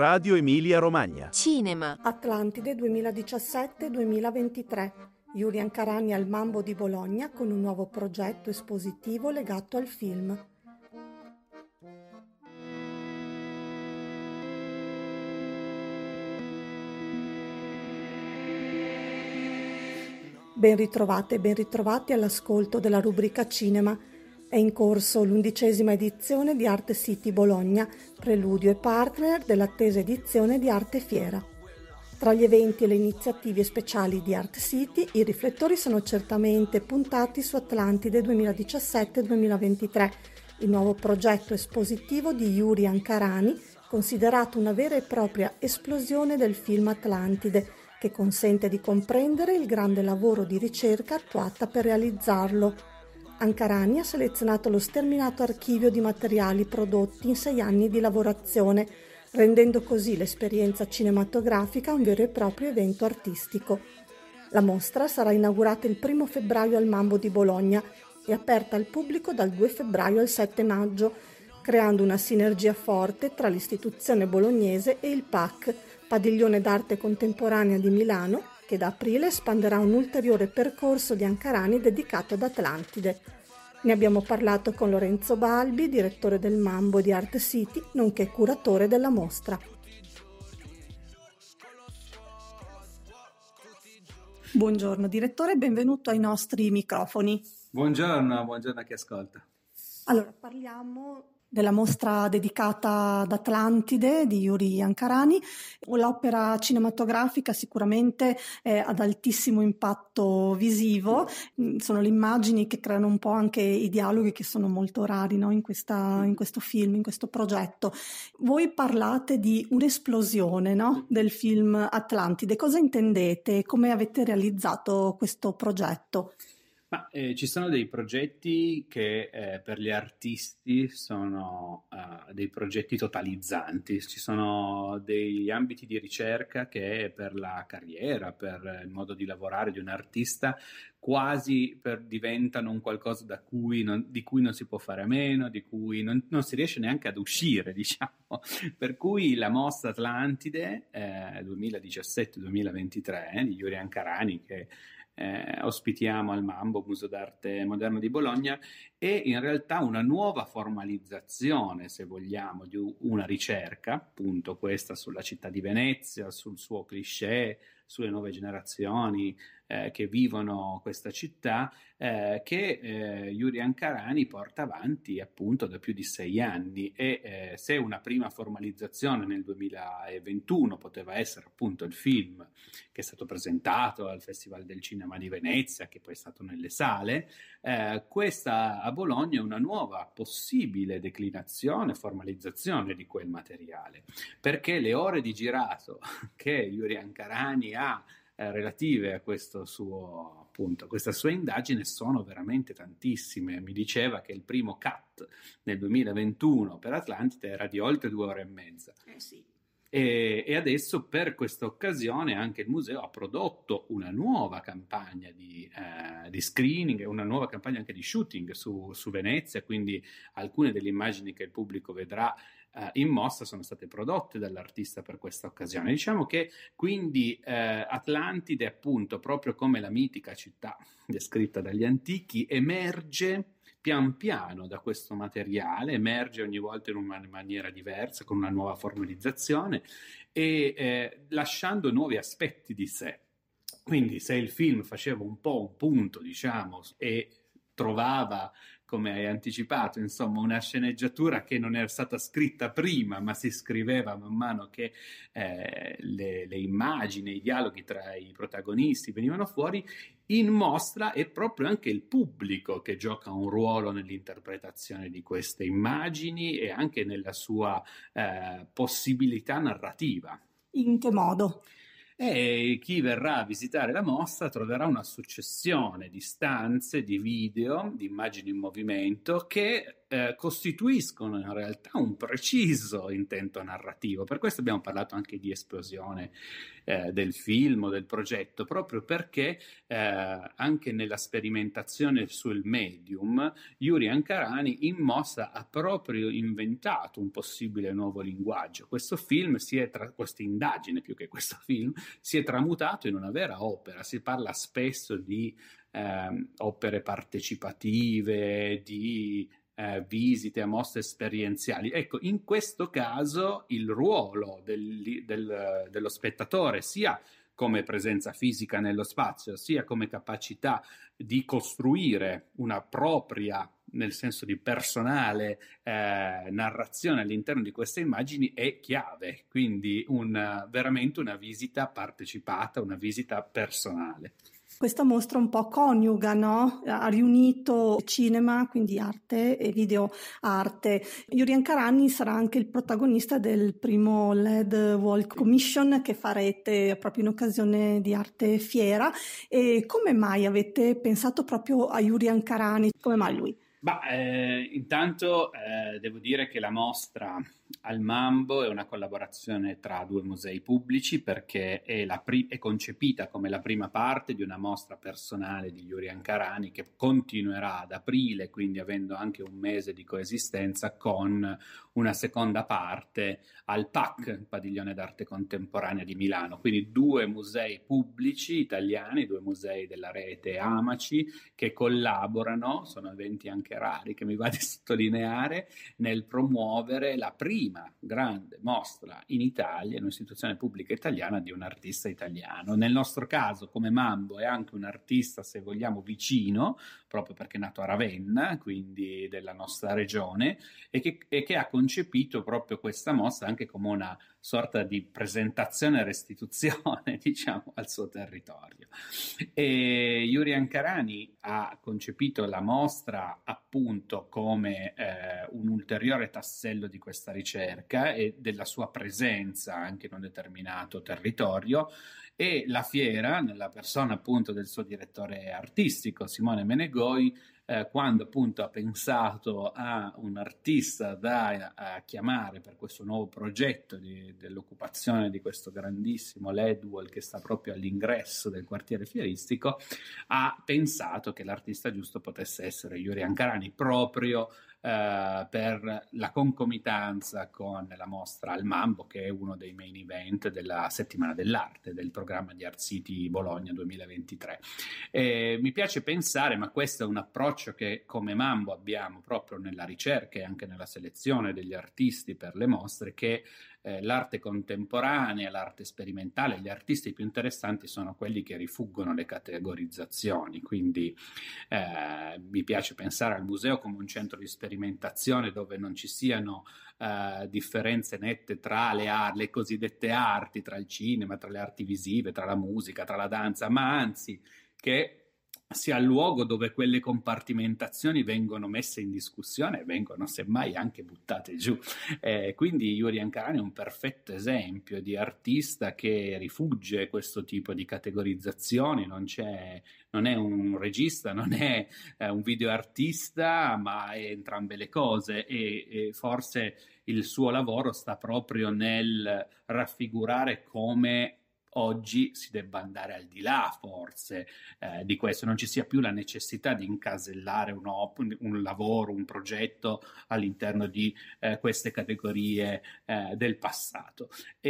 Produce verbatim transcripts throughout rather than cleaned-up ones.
Radio Emilia Romagna. Cinema. Atlantide duemiladiciassette duemilaventitré. Julian Carani al Mambo di Bologna con un nuovo progetto espositivo legato al film. Ben ritrovate e ben ritrovati all'ascolto della rubrica Cinema. È in corso l'undicesima edizione di Art City Bologna, preludio e partner dell'attesa edizione di Arte Fiera. Tra gli eventi e le iniziative speciali di Art City, i riflettori sono certamente puntati su Atlantide duemiladiciassette duemilaventitré, il nuovo progetto espositivo di Julian Carani, considerato una vera e propria esplosione del film Atlantide, che consente di comprendere il grande lavoro di ricerca attuata per realizzarlo. Ancarani ha selezionato lo sterminato archivio di materiali prodotti in sei anni di lavorazione, rendendo così l'esperienza cinematografica un vero e proprio evento artistico. La mostra sarà inaugurata il primo febbraio al Mambo di Bologna e aperta al pubblico dal due febbraio al sette maggio, creando una sinergia forte tra l'istituzione bolognese e il P A C, Padiglione d'Arte Contemporanea di Milano, che da aprile espanderà un ulteriore percorso di Ancarani dedicato ad Atlantide. Ne abbiamo parlato con Lorenzo Balbi, direttore del Mambo di Art City, nonché curatore della mostra. Buongiorno direttore, benvenuto ai nostri microfoni. Buongiorno, buongiorno a chi ascolta. Allora, parliamo della mostra dedicata ad Atlantide di Julian Carani, l'opera cinematografica sicuramente eh, ad altissimo impatto visivo. Sono le immagini che creano un po' anche i dialoghi che sono molto rari, no? in, questa, in questo film, in questo progetto. Voi parlate di un'esplosione, no? del film Atlantide. Cosa intendete? Come avete realizzato questo progetto? Ma, eh, ci sono dei progetti che eh, per gli artisti sono uh, dei progetti totalizzanti, ci sono degli ambiti di ricerca che per la carriera, per il modo di lavorare di un artista quasi per, diventano un qualcosa da cui non, di cui non si può fare a meno, di cui non, non si riesce neanche ad uscire, diciamo. Per cui la mostra Atlantide eh, duemiladiciassette duemilaventitré eh, di Julian Carani, che Eh, ospitiamo al Mambo, Museo d'Arte Moderna di Bologna, è in realtà una nuova formalizzazione, se vogliamo, di una ricerca, appunto questa sulla città di Venezia, sul suo cliché, sulle nuove generazioni eh, che vivono questa città, eh, che eh, Julian Carani porta avanti appunto da più di sei anni e eh, se una prima formalizzazione nel duemilaventuno poteva essere appunto il film che è stato presentato al Festival del Cinema di Venezia, che poi è stato nelle sale, eh, questa a Bologna è una nuova possibile declinazione, formalizzazione di quel materiale, perché le ore di girato che Julian Carani ha eh, relative a questo suo, appunto, questa sua indagine sono veramente tantissime. Mi diceva che il primo cut nel duemilaventuno per Atlantide era di oltre due ore e mezza. Eh sì. E, e adesso per questa occasione anche il museo ha prodotto una nuova campagna di, eh, di screening e una nuova campagna anche di shooting su, su Venezia, quindi alcune delle immagini che il pubblico vedrà eh, in mostra sono state prodotte dall'artista per questa occasione. Diciamo che quindi eh, Atlantide, appunto, proprio come la mitica città descritta dagli antichi, emerge pian piano da questo materiale, emerge ogni volta in una maniera diversa, con una nuova formalizzazione e eh, lasciando nuovi aspetti di sé. Quindi se il film faceva un po' un punto, diciamo, e trovava, come hai anticipato, insomma, una sceneggiatura che non era stata scritta prima, ma si scriveva man mano che eh, le, le immagini, i dialoghi tra i protagonisti venivano fuori, in mostra è proprio anche il pubblico che gioca un ruolo nell'interpretazione di queste immagini e anche nella sua eh, possibilità narrativa. In che modo? E chi verrà a visitare la mostra troverà una successione di stanze, di video, di immagini in movimento che eh, costituiscono in realtà un preciso intento narrativo. Per questo abbiamo parlato anche di esplosione eh, del film o del progetto, proprio perché eh, anche nella sperimentazione sul medium Yuri Ankarani in Mostra ha proprio inventato un possibile nuovo linguaggio. Questo film si è tra questa indagine più che questo film si è tramutato in una vera opera. Si parla spesso di eh, opere partecipative, di eh, visite a mostre esperienziali. Ecco, in questo caso il ruolo del, del, dello spettatore, sia come presenza fisica nello spazio, sia come capacità di costruire una propria, nel senso di personale, eh, narrazione all'interno di queste immagini è chiave. Quindi una, veramente una visita partecipata, una visita personale. Questa mostra un po' coniuga, no? Ha riunito cinema, quindi arte, e video arte. Yuri Ankarani sarà anche il protagonista del primo L E D Wall Commission che farete proprio in occasione di Arte Fiera. E come mai avete pensato proprio a Yuri Ankarani? Come mai lui? Bah, eh, intanto eh, devo dire che la mostra al Mambo è una collaborazione tra due musei pubblici, perché è, la pri- è concepita come la prima parte di una mostra personale di Yuri Ankarani che continuerà ad aprile, quindi avendo anche un mese di coesistenza, con una seconda parte al P A C, il Padiglione d'Arte Contemporanea di Milano. Quindi due musei pubblici italiani, due musei della rete Amaci, che collaborano, sono eventi anche rari che mi va di sottolineare, nel promuovere la prima grande mostra in Italia, in un'istituzione pubblica italiana, di un artista italiano. Nel nostro caso, come Mambo, è anche un artista, se vogliamo, vicino, proprio perché è nato a Ravenna, quindi della nostra regione, e che, e che ha concepito proprio questa mostra anche come una sorta di presentazione e restituzione, diciamo, al suo territorio. E Yuri Ankarani ha concepito la mostra appunto come eh, un ulteriore tassello di questa ricerca e della sua presenza anche in un determinato territorio, e la fiera, nella persona appunto del suo direttore artistico Simone Menegoi, eh, quando appunto ha pensato a un artista da a chiamare per questo nuovo progetto di, dell'occupazione di questo grandissimo L E D Wall che sta proprio all'ingresso del quartiere fieristico, ha pensato che l'artista giusto potesse essere Yuri Ankarani, proprio Uh, per la concomitanza con la mostra al Mambo, che è uno dei main event della settimana dell'arte del programma di Art City Bologna duemilaventitré. E mi piace pensare, ma questo è un approccio che come Mambo abbiamo proprio nella ricerca e anche nella selezione degli artisti per le mostre, che eh, l'arte contemporanea, l'arte sperimentale, gli artisti più interessanti sono quelli che rifuggono le categorizzazioni. Quindi eh, mi piace pensare al museo come un centro di sperimentazione dove non ci siano uh, differenze nette tra le, ar- le cosiddette arti, tra il cinema, tra le arti visive, tra la musica, tra la danza, ma anzi che sia il luogo dove quelle compartimentazioni vengono messe in discussione e vengono semmai anche buttate giù. Eh, quindi Yuri Ankarani è un perfetto esempio di artista che rifugge questo tipo di categorizzazioni. Non c'è, non è un regista, non è eh, un videoartista, ma è entrambe le cose, e, e forse il suo lavoro sta proprio nel raffigurare come oggi si debba andare al di là forse eh, di questo, non ci sia più la necessità di incasellare un, op- un lavoro, un progetto all'interno di eh, queste categorie eh, del passato.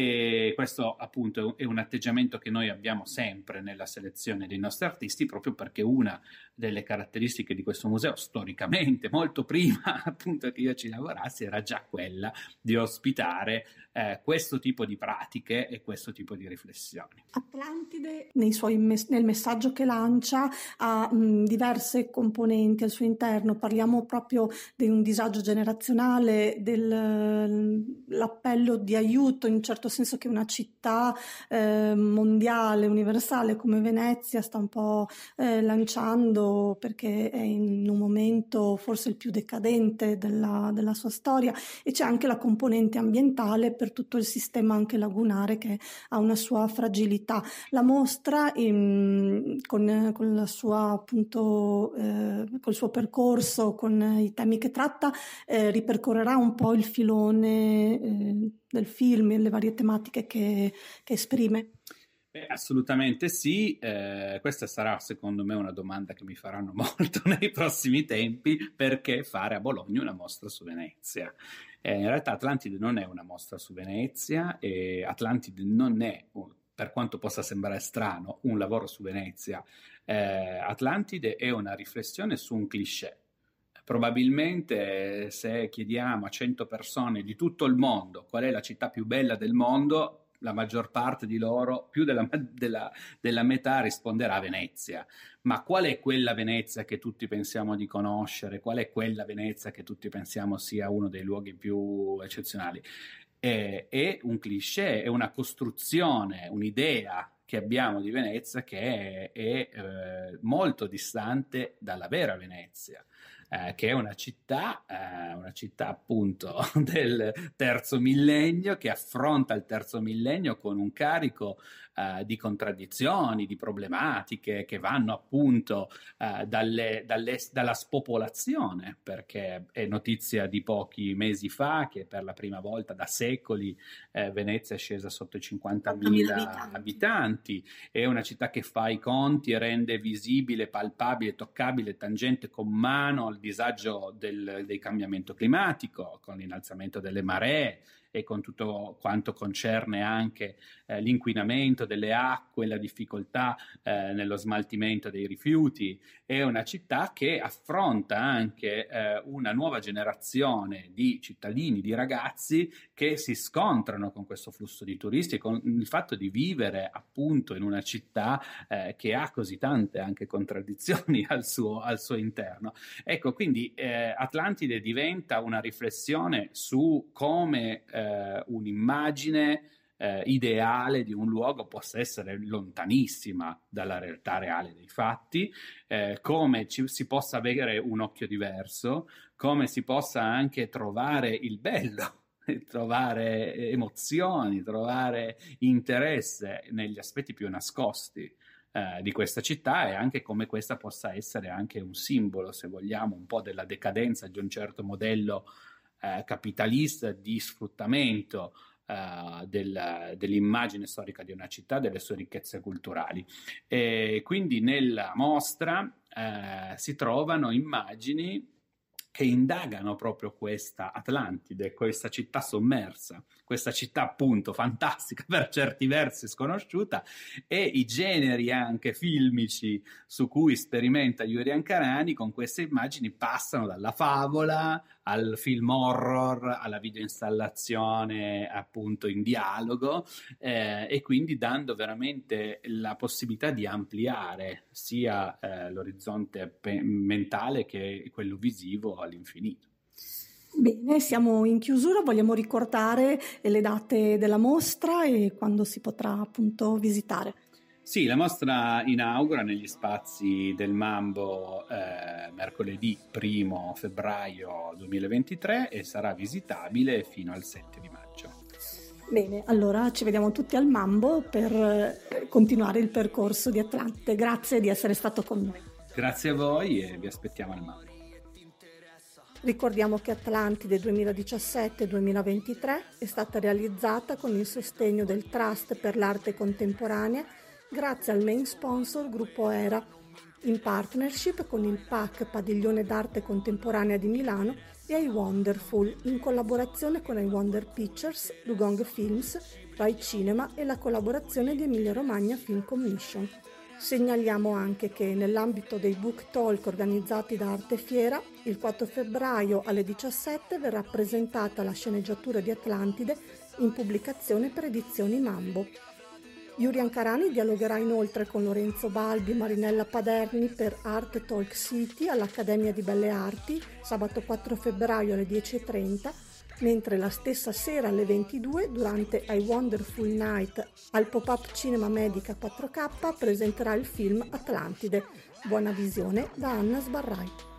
E questo appunto è un atteggiamento che noi abbiamo sempre nella selezione dei nostri artisti, proprio perché una delle caratteristiche di questo museo, storicamente, molto prima appunto che io ci lavorassi, era già quella di ospitare eh, questo tipo di pratiche e questo tipo di riflessioni. Atlantide, nei suoi mes- nel messaggio che lancia, ha mh, diverse componenti al suo interno. Parliamo proprio di un disagio generazionale, dell'appello di aiuto, in un certo senso, che una città eh, mondiale, universale come Venezia sta un po' eh, lanciando, perché è in un momento forse il più decadente della, della sua storia, e c'è anche la componente ambientale per tutto il sistema anche lagunare, che ha una sua fragilità. La mostra in, con, con la sua appunto eh, col suo percorso, con i temi che tratta, eh, ripercorrerà un po' il filone eh, del film e le varie tematiche che, che esprime. Eh, assolutamente sì, eh, questa sarà secondo me una domanda che mi faranno molto nei prossimi tempi: perché fare a Bologna una mostra su Venezia? Eh, in realtà Atlantide non è una mostra su Venezia, e Atlantide non è, per quanto possa sembrare strano, un lavoro su Venezia. Eh, Atlantide è una riflessione su un cliché. Probabilmente se chiediamo a cento persone di tutto il mondo qual è la città più bella del mondo, la maggior parte di loro, più della, della, della metà, risponderà Venezia. Ma qual è quella Venezia che tutti pensiamo di conoscere? Qual è quella Venezia che tutti pensiamo sia uno dei luoghi più eccezionali? È, è un cliché, è una costruzione, un'idea che abbiamo di Venezia che è, è eh, molto distante dalla vera Venezia. Eh, che è una città, eh, una città appunto del terzo millennio, che affronta il terzo millennio con un carico eh, di contraddizioni, di problematiche che vanno appunto eh, dalle, dalle, dalla spopolazione, perché è notizia di pochi mesi fa che per la prima volta da secoli eh, Venezia è scesa sotto i cinquantamila abitanti. abitanti. È una città che fa i conti e rende visibile, palpabile, toccabile, tangente con mano il disagio del, del cambiamento climatico, con l'innalzamento delle maree e con tutto quanto concerne anche eh, l'inquinamento delle acque, la difficoltà eh, nello smaltimento dei rifiuti. È una città che affronta anche eh, una nuova generazione di cittadini, di ragazzi che si scontrano con questo flusso di turisti, con il fatto di vivere appunto in una città eh, che ha così tante anche contraddizioni al suo, al suo interno. Ecco, quindi eh, Atlantide diventa una riflessione su come eh, un'immagine eh, ideale di un luogo possa essere lontanissima dalla realtà reale dei fatti, eh, come ci, si possa avere un occhio diverso, come si possa anche trovare il bello, trovare emozioni, trovare interesse negli aspetti più nascosti eh, di questa città, e anche come questa possa essere anche un simbolo, se vogliamo, un po' della decadenza di un certo modello eh, capitalista di sfruttamento Uh, del, dell'immagine storica di una città, delle sue ricchezze culturali. E quindi nella mostra uh, si trovano immagini che indagano proprio questa Atlantide, questa città sommersa, questa città appunto fantastica, per certi versi sconosciuta, e i generi anche filmici su cui sperimenta Yurian Karani con queste immagini passano dalla favola al film horror, alla videoinstallazione appunto in dialogo, eh, e quindi dando veramente la possibilità di ampliare sia eh, l'orizzonte pe- mentale che quello visivo all'infinito. Bene, siamo in chiusura, vogliamo ricordare le date della mostra e quando si potrà appunto visitare. Sì, la mostra inaugura negli spazi del Mambo eh, mercoledì primo febbraio duemilaventitré e sarà visitabile fino al sette di maggio. Bene, allora ci vediamo tutti al Mambo per continuare il percorso di Atlantide. Grazie di essere stato con noi. Grazie a voi e vi aspettiamo al Mambo. Ricordiamo che Atlantide duemiladiciassette duemilaventitré è stata realizzata con il sostegno del Trust per l'Arte Contemporanea grazie al main sponsor Gruppo Era, in partnership con il P A C Padiglione d'Arte Contemporanea di Milano e I Wonderful, in collaborazione con I Wonder Pictures, Dugong Films, Rai Cinema e la collaborazizione di Emilia Romagna Film Commission. Segnaliamo anche che nell'ambito dei book talk organizzati da Arte Fiera, il quattro febbraio alle diciassette verrà presentata la sceneggiatura di Atlantide in pubblicazione per Edizioni Mambo. Yurian Karani dialogherà inoltre con Lorenzo Balbi e Marinella Paderni per Art Talk City all'Accademia di Belle Arti sabato quattro febbraio alle dieci e trenta, mentre la stessa sera alle ventidue, durante I Wonderful Night al Pop-Up Cinema Medica quattro K, presenterà il film Atlantide. Buona visione da Anna Sbarrai.